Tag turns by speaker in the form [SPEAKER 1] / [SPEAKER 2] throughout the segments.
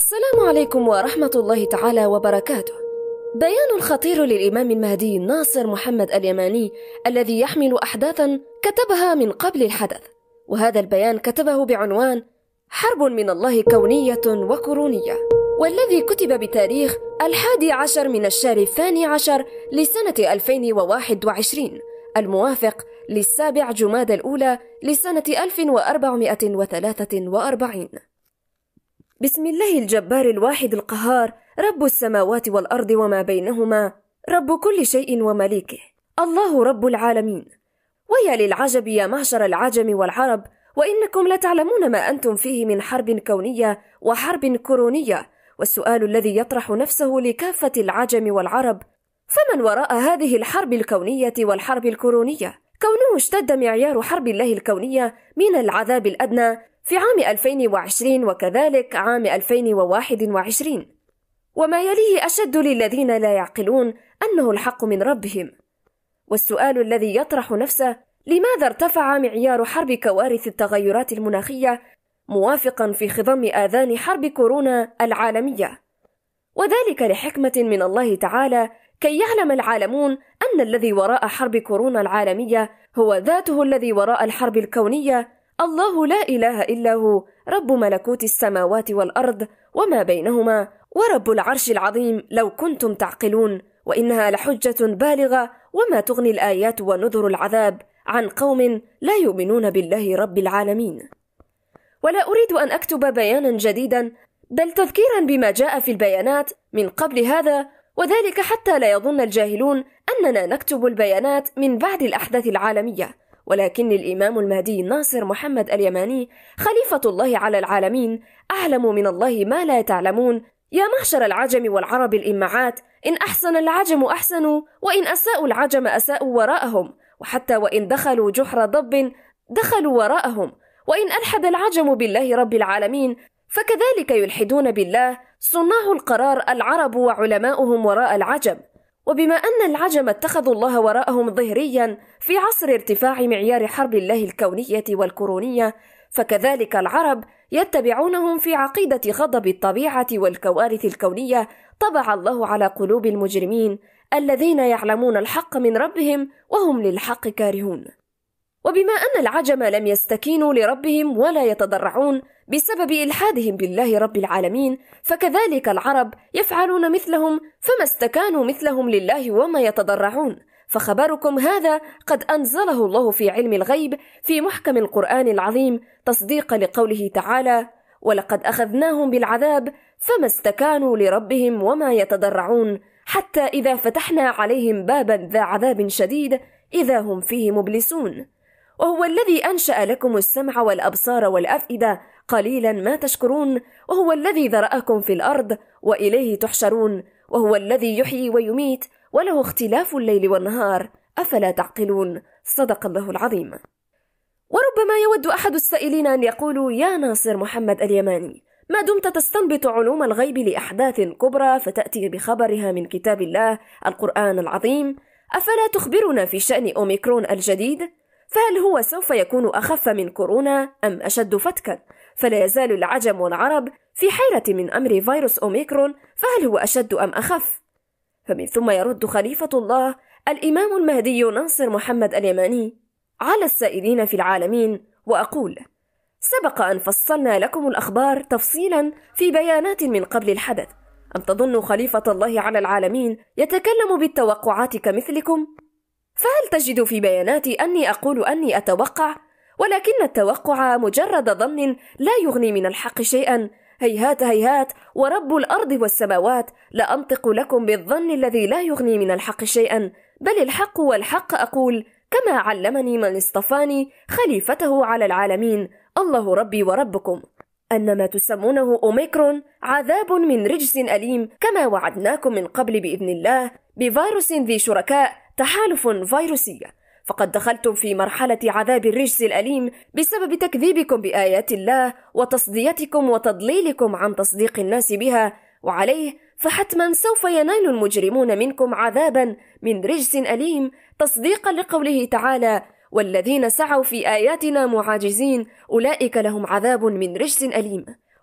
[SPEAKER 1] السلام عليكم ورحمة الله تعالى وبركاته. بيان خطير للإمام المهدي ناصر محمد اليماني الذي يحمل أحداثا كتبها من قبل الحدث، وهذا البيان كتبه بعنوان حرب من الله كونية وكرونية، والذي كتب بتاريخ 11 من الشهر 12 لسنة 2021 الموافق ل7 جمادى الأولى لسنة 1443. بسم الله الجبار الواحد القهار، رب السماوات والأرض وما بينهما، رب كل شيء ومليكه، الله رب العالمين. ويا للعجب يا معشر العجم والعرب، وإنكم لتعلمون ما أنتم فيه من حرب كونية وحرب كرونية. والسؤال الذي يطرح نفسه لكافة العجم والعرب: فمن وراء هذه الحرب الكونية والحرب الكرونية؟ كونه اشتد معيار حرب الله الكونية من العذاب الأدنى في عام 2020 وكذلك عام 2021، وما يليه أشد للذين لا يعقلون أنه الحق من ربهم. والسؤال الذي يطرح نفسه: لماذا ارتفع معيار حرب كوارث التغيرات المناخية موافقا في خضم آذان حرب كورونا العالمية؟ وذلك لحكمة من الله تعالى، كي يعلم العالمون أن الذي وراء حرب كورونا العالمية هو ذاته الذي وراء الحرب الكونية، الله لا إله إلا هو، رب ملكوت السماوات والأرض وما بينهما، ورب العرش العظيم لو كنتم تعقلون. وإنها لحجة بالغة، وما تغني الآيات ونذر العذاب عن قوم لا يؤمنون بالله رب العالمين. ولا أريد أن أكتب بيانا جديدا، بل تذكيرا بما جاء في البيانات من قبل هذا، وذلك حتى لا يظن الجاهلون أننا نكتب البيانات من بعد الأحداث العالمية، ولكن الإمام المهدي ناصر محمد اليماني خليفة الله على العالمين أعلم من الله ما لا تعلمون. يا معشر العجم والعرب الإمعات، إن أحسن العجم أحسنوا، وإن أساءوا العجم أساءوا وراءهم، وحتى وإن دخلوا جحر ضب دخلوا وراءهم. وإن ألحد العجم بالله رب العالمين فكذلك يلحدون بالله صناع القرار العرب وعلماؤهم وراء العجم. وبما أن العجم اتخذوا الله وراءهم ظهريا في عصر ارتفاع معيار حرب الله الكونية والكرونية، فكذلك العرب يتبعونهم في عقيدة غضب الطبيعة والكوارث الكونية. طبع الله على قلوب المجرمين الذين يعلمون الحق من ربهم وهم للحق كارهون. وبما أن العجم لم يستكينوا لربهم ولا يتضرعون بسبب إلحادهم بالله رب العالمين، فكذلك العرب يفعلون مثلهم، فما استكانوا مثلهم لله وما يتضرعون. فخبركم هذا قد أنزله الله في علم الغيب في محكم القرآن العظيم، تصديقا لقوله تعالى: ولقد أخذناهم بالعذاب فما استكانوا لربهم وما يتضرعون، حتى إذا فتحنا عليهم بابا ذا عذاب شديد إذا هم فيه مبلسون. وهو الذي أنشأ لكم السمع والأبصار والأفئدة، قليلا ما تشكرون. وهو الذي ذرأكم في الأرض وإليه تحشرون. وهو الذي يحيي ويميت، وله اختلاف الليل والنهار، أفلا تعقلون؟ صدق الله العظيم. وربما يود أحد السائلين أن يقولوا: يا ناصر محمد اليماني، ما دمت تستنبط علوم الغيب لأحداث كبرى فتأتي بخبرها من كتاب الله القرآن العظيم، أفلا تخبرنا في شأن أوميكرون الجديد؟ فهل هو سوف يكون أخف من كورونا أم أشد فتكا؟ فلا يزال العجم والعرب في حيرة من أمر فيروس أوميكرون، فهل هو أشد أم أخف؟ فمن ثم يرد خليفة الله الإمام المهدي ناصر محمد اليماني على السائلين في العالمين وأقول: سبق أن فصلنا لكم الأخبار تفصيلا في بيانات من قبل الحدث، أم تظن خليفة الله على العالمين يتكلم بالتوقعات كمثلكم؟ فهل تجد في بياناتي أني أقول أني أتوقع؟ ولكن التوقع مجرد ظن لا يغني من الحق شيئا. هيهات هيهات ورب الأرض والسماوات، لا أنطق لكم بالظن الذي لا يغني من الحق شيئا، بل الحق والحق أقول، كما علمني من اصطفاني خليفته على العالمين، الله ربي وربكم، أن ما تسمونه أوميكرون عذاب من رجس أليم، كما وعدناكم من قبل بإذن الله بفيروس ذي شركاء، تحالف فيروسي. فقد دخلتم في مرحلة عذاب الرجس الأليم بسبب تكذيبكم بآيات الله وتصديتكم وتضليلكم عن تصديق الناس بها، وعليه فحتما سوف ينال المجرمون منكم عذابا من رجس أليم، تصديقا لقوله تعالى: والذين سعوا في آياتنا معاجزين أولئك لهم عذاب من رجس أليم.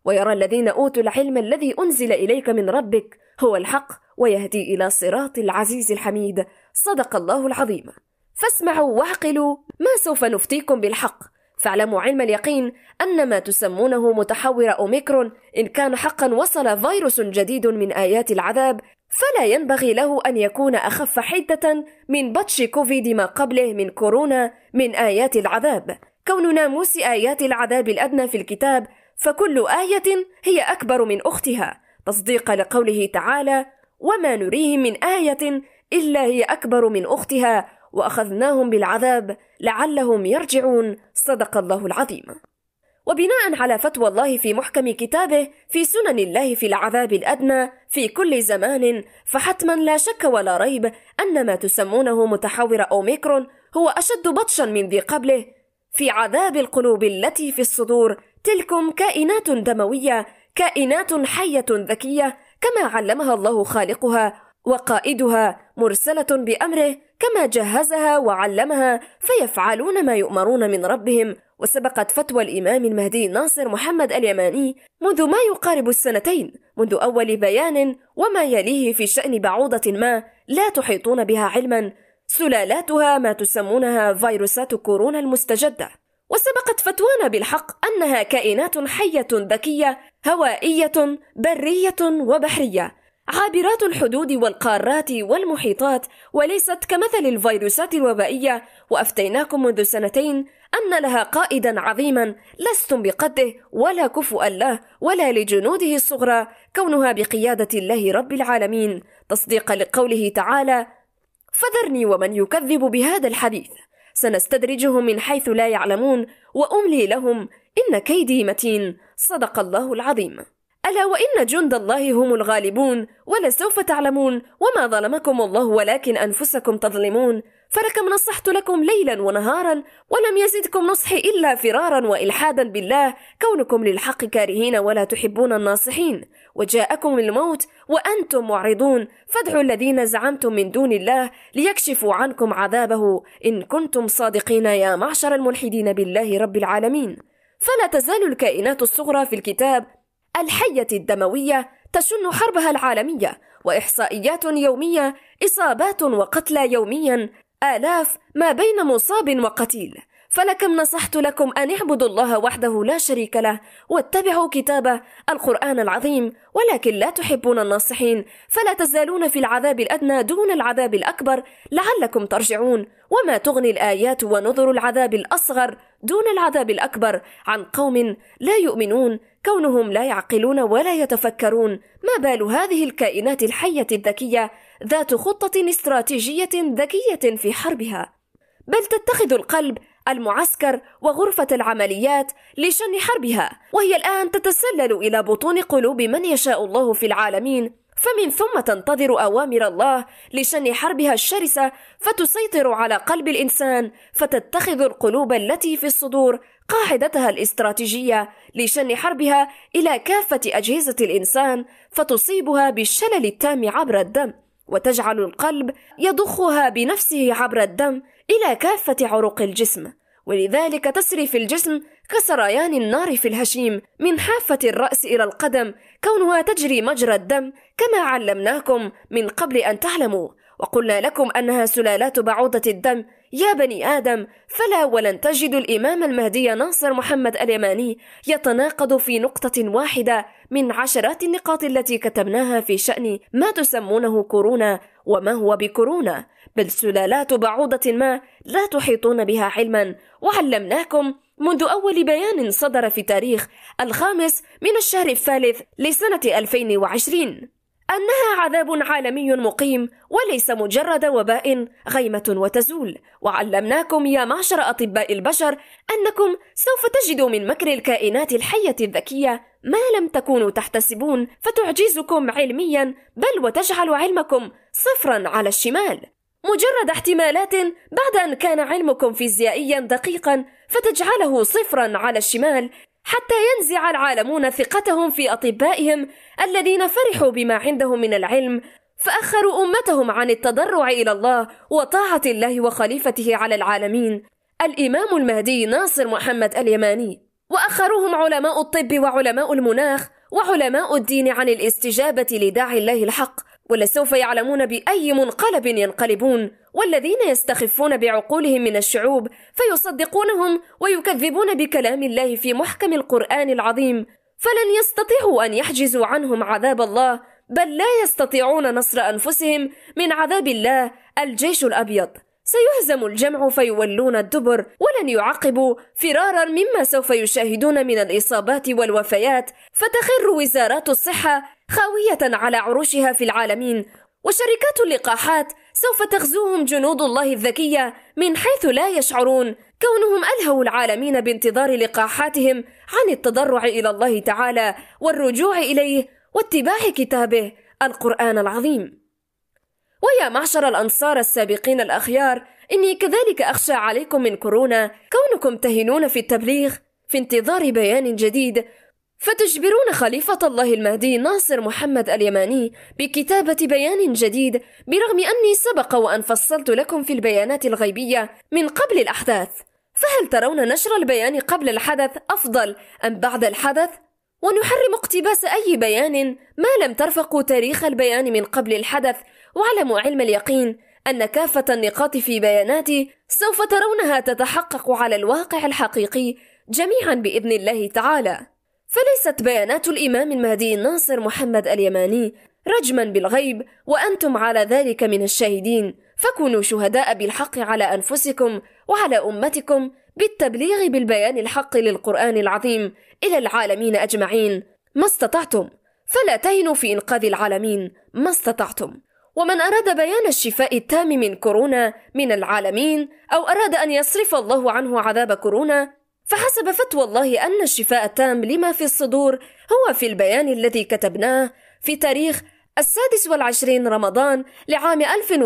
[SPEAKER 1] ويرى الذين أوتوا العلم الذي أنزل إليك من ربك هو الحق ويهدي إلى صراط العزيز الحميد. صدق الله العظيم. فاسمعوا واعقلوا ما سوف نفتيكم بالحق، فاعلموا علم اليقين أن ما تسمونه متحور أوميكرون إن كان حقا وصل فيروس جديد من آيات العذاب، فلا ينبغي له أن يكون أخف حدة من بطش كوفيد ما قبله من كورونا من آيات العذاب، كون ناموس آيات العذاب الأدنى في الكتاب فكل آية هي أكبر من أختها، تصديق لقوله تعالى: وما نريهم من آية إلا هي أكبر من أختها وأخذناهم بالعذاب لعلهم يرجعون. صدق الله العظيم. وبناء على فتوى الله في محكم كتابه في سنن الله في العذاب الأدنى في كل زمان، فحتما لا شك ولا ريب أن ما تسمونه متحور أوميكرون هو أشد بطشا من ذي قبله في عذاب القلوب التي في الصدور. تلكم كائنات دموية، كائنات حية ذكية كما علمها الله خالقها وقائدها، مرسلة بأمره كما جهزها وعلمها، فيفعلون ما يؤمرون من ربهم. وسبقت فتوى الإمام المهدي ناصر محمد اليماني منذ ما يقارب السنتين، منذ أول بيان وما يليه في شأن بعوضة ما لا تحيطون بها علما، سلالاتها ما تسمونها فيروسات كورونا المستجدة. وسبقت فتوانا بالحق أنها كائنات حية ذكية هوائية برية وبحرية، عابرات الحدود والقارات والمحيطات، وليست كمثل الفيروسات الوبائية. وأفتيناكم منذ سنتين أن لها قائدا عظيما لستم بقده ولا كفؤا له ولا لجنوده الصغرى، كونها بقيادة الله رب العالمين، تصديقا لقوله تعالى: فذرني ومن يكذب بهذا الحديث سنستدرجهم من حيث لا يعلمون وأملي لهم إن كيدي متين. صدق الله العظيم. ألا وإن جند الله هم الغالبون ولسوف تعلمون، وما ظلمكم الله ولكن أنفسكم تظلمون، فلكم نصحت لكم ليلا ونهارا ولم يزدكم نصحي إلا فرارا وإلحادا بالله، كونكم للحق كارهين ولا تحبون الناصحين، وجاءكم الموت وأنتم معرضون، فادعوا الذين زعمتم من دون الله ليكشفوا عنكم عذابه إن كنتم صادقين يا معشر الملحدين بالله رب العالمين. فلا تزال الكائنات الصغرى في الكتاب الحية الدموية تشن حربها العالمية، وإحصائيات يومية، إصابات وقتلى يوميا، آلاف ما بين مصاب وقتيل. فلكم نصحت لكم أن اعبدوا الله وحده لا شريك له واتبعوا كتابه القرآن العظيم، ولكن لا تحبون الناصحين، فلا تزالون في العذاب الأدنى دون العذاب الأكبر لعلكم ترجعون. وما تغني الآيات ونذر العذاب الأصغر دون العذاب الأكبر عن قوم لا يؤمنون، كونهم لا يعقلون ولا يتفكرون. ما بال هذه الكائنات الحية الذكية ذات خطة استراتيجية ذكية في حربها، بل تتخذ القلب المعسكر وغرفة العمليات لشن حربها، وهي الآن تتسلل إلى بطون قلوب من يشاء الله في العالمين، فمن ثم تنتظر أوامر الله لشن حربها الشرسة فتسيطر على قلب الإنسان، فتتخذ القلوب التي في الصدور قاعدتها الاستراتيجية لشن حربها إلى كافة أجهزة الإنسان، فتصيبها بالشلل التام عبر الدم، وتجعل القلب يضخها بنفسه عبر الدم إلى كافة عروق الجسم، ولذلك تسري في الجسم كسريان النار في الهشيم من حافة الرأس إلى القدم، كونها تجري مجرى الدم كما علمناكم من قبل أن تعلموا، وقلنا لكم أنها سلالات بعوضة الدم يا بني آدم. فلا ولن تجدوا الإمام المهدي ناصر محمد اليماني يتناقض في نقطة واحدة من عشرات النقاط التي كتبناها في شأن ما تسمونه كورونا وما هو بكورونا، بل سلالات بعوضة ما لا تحيطون بها علما. وعلمناكم منذ أول بيان صدر في تاريخ 5 من الشهر الثالث لسنة 2020 أنها عذاب عالمي مقيم وليس مجرد وباء غيمة وتزول. وعلمناكم يا معشر أطباء البشر أنكم سوف تجدوا من مكر الكائنات الحية الذكية ما لم تكونوا تحتسبون، فتعجزكم علميا بل وتجعل علمكم صفرا على الشمال، مجرد احتمالات بعد أن كان علمكم فيزيائيا دقيقا فتجعله صفرا على الشمال، حتى ينزع العالمون ثقتهم في أطبائهم الذين فرحوا بما عندهم من العلم، فأخروا أمتهم عن التضرع إلى الله وطاعة الله وخليفته على العالمين الإمام المهدي ناصر محمد اليماني. وآخرهم علماء الطب وعلماء المناخ وعلماء الدين عن الاستجابة لداعي الله الحق، ولسوف يعلمون بأي منقلب ينقلبون، والذين يستخفون بعقولهم من الشعوب فيصدقونهم ويكذبون بكلام الله في محكم القرآن العظيم، فلن يستطيعوا أن يحجزوا عنهم عذاب الله، بل لا يستطيعون نصر أنفسهم من عذاب الله. الجيش الأبيض سيهزم الجمع فيولون الدبر، ولن يعقبوا فرارا مما سوف يشاهدون من الإصابات والوفيات، فتخر وزارات الصحة خاوية على عروشها في العالمين، وشركات اللقاحات سوف تغزوهم جنود الله الذكية من حيث لا يشعرون، كونهم ألهوا العالمين بانتظار لقاحاتهم عن التضرع إلى الله تعالى والرجوع إليه واتباع كتابه القرآن العظيم. ويا معشر الأنصار السابقين الأخيار، إني كذلك أخشى عليكم من كورونا، كونكم تهنون في التبليغ في انتظار بيان جديد، فتجبرون خليفة الله المهدي ناصر محمد اليماني بكتابة بيان جديد، برغم أني سبق وأن فصلت لكم في البيانات الغيبية من قبل الأحداث. فهل ترون نشر البيان قبل الحدث أفضل أم بعد الحدث؟ ونحرم اقتباس أي بيان ما لم ترفقوا تاريخ البيان من قبل الحدث، واعلموا علم اليقين أن كافة النقاط في بياناتي سوف ترونها تتحقق على الواقع الحقيقي جميعا بإذن الله تعالى. فليست بيانات الإمام المهدي ناصر محمد اليماني رجما بالغيب، وأنتم على ذلك من الشاهدين، فكونوا شهداء بالحق على أنفسكم وعلى أمتكم بالتبليغ بالبيان الحق للقرآن العظيم إلى العالمين أجمعين ما استطعتم، فلا تهنوا في إنقاذ العالمين ما استطعتم. ومن أراد بيان الشفاء التام من كورونا من العالمين، أو أراد أن يصرف الله عنه عذاب كورونا، فحسب فتوى الله أن الشفاء التام لما في الصدور هو في البيان الذي كتبناه في تاريخ 26 رمضان لعام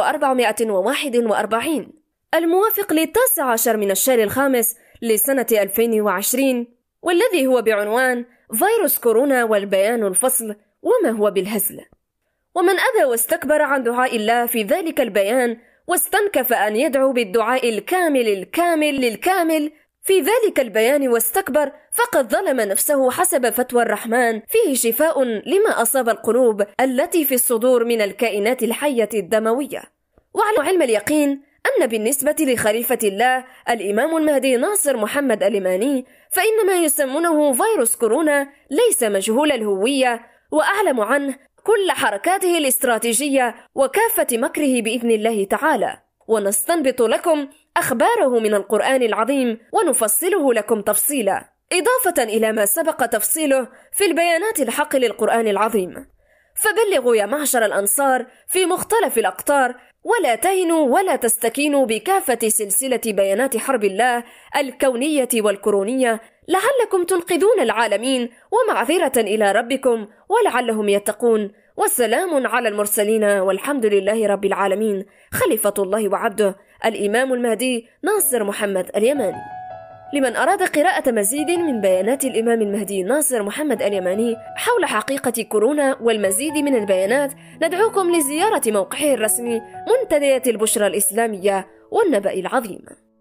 [SPEAKER 1] 1441 الموافق ل19 من الشهر الخامس لسنة 2020، والذي هو بعنوان فيروس كورونا والبيان الفصل وما هو بالهزل. ومن أبى واستكبر عن دعاء الله في ذلك البيان واستنكف أن يدعو بالدعاء الكامل للكامل في ذلك البيان واستكبر، فقد ظلم نفسه حسب فتوى الرحمن، فيه شفاء لما أصاب القلوب التي في الصدور من الكائنات الحية الدموية. وعلى علم اليقين أن بالنسبة لخليفة الله الإمام المهدي ناصر محمد اليماني، فإن ما يسمونه فيروس كورونا ليس مجهول الهوية، وأعلم عنه كل حركاته الاستراتيجية وكافة مكره بإذن الله تعالى، ونستنبط لكم أخباره من القرآن العظيم ونفصله لكم تفصيلا، إضافة إلى ما سبق تفصيله في البيانات الحق للقرآن العظيم. فبلغوا يا معشر الأنصار في مختلف الأقطار، ولا تهنوا ولا تستكينوا بكافة سلسلة بيانات حرب الله الكونية والكورونية، لعلكم تنقذون العالمين ومعذرة إلى ربكم ولعلهم يتقون. والسلام على المرسلين والحمد لله رب العالمين. خليفة الله وعبده الإمام المهدي ناصر محمد اليماني. لمن أراد قراءة مزيد من بيانات الإمام المهدي ناصر محمد اليماني حول حقيقة كورونا والمزيد من البيانات، ندعوكم لزيارة موقعه الرسمي منتديات البشرى الإسلامية والنبأ العظيم.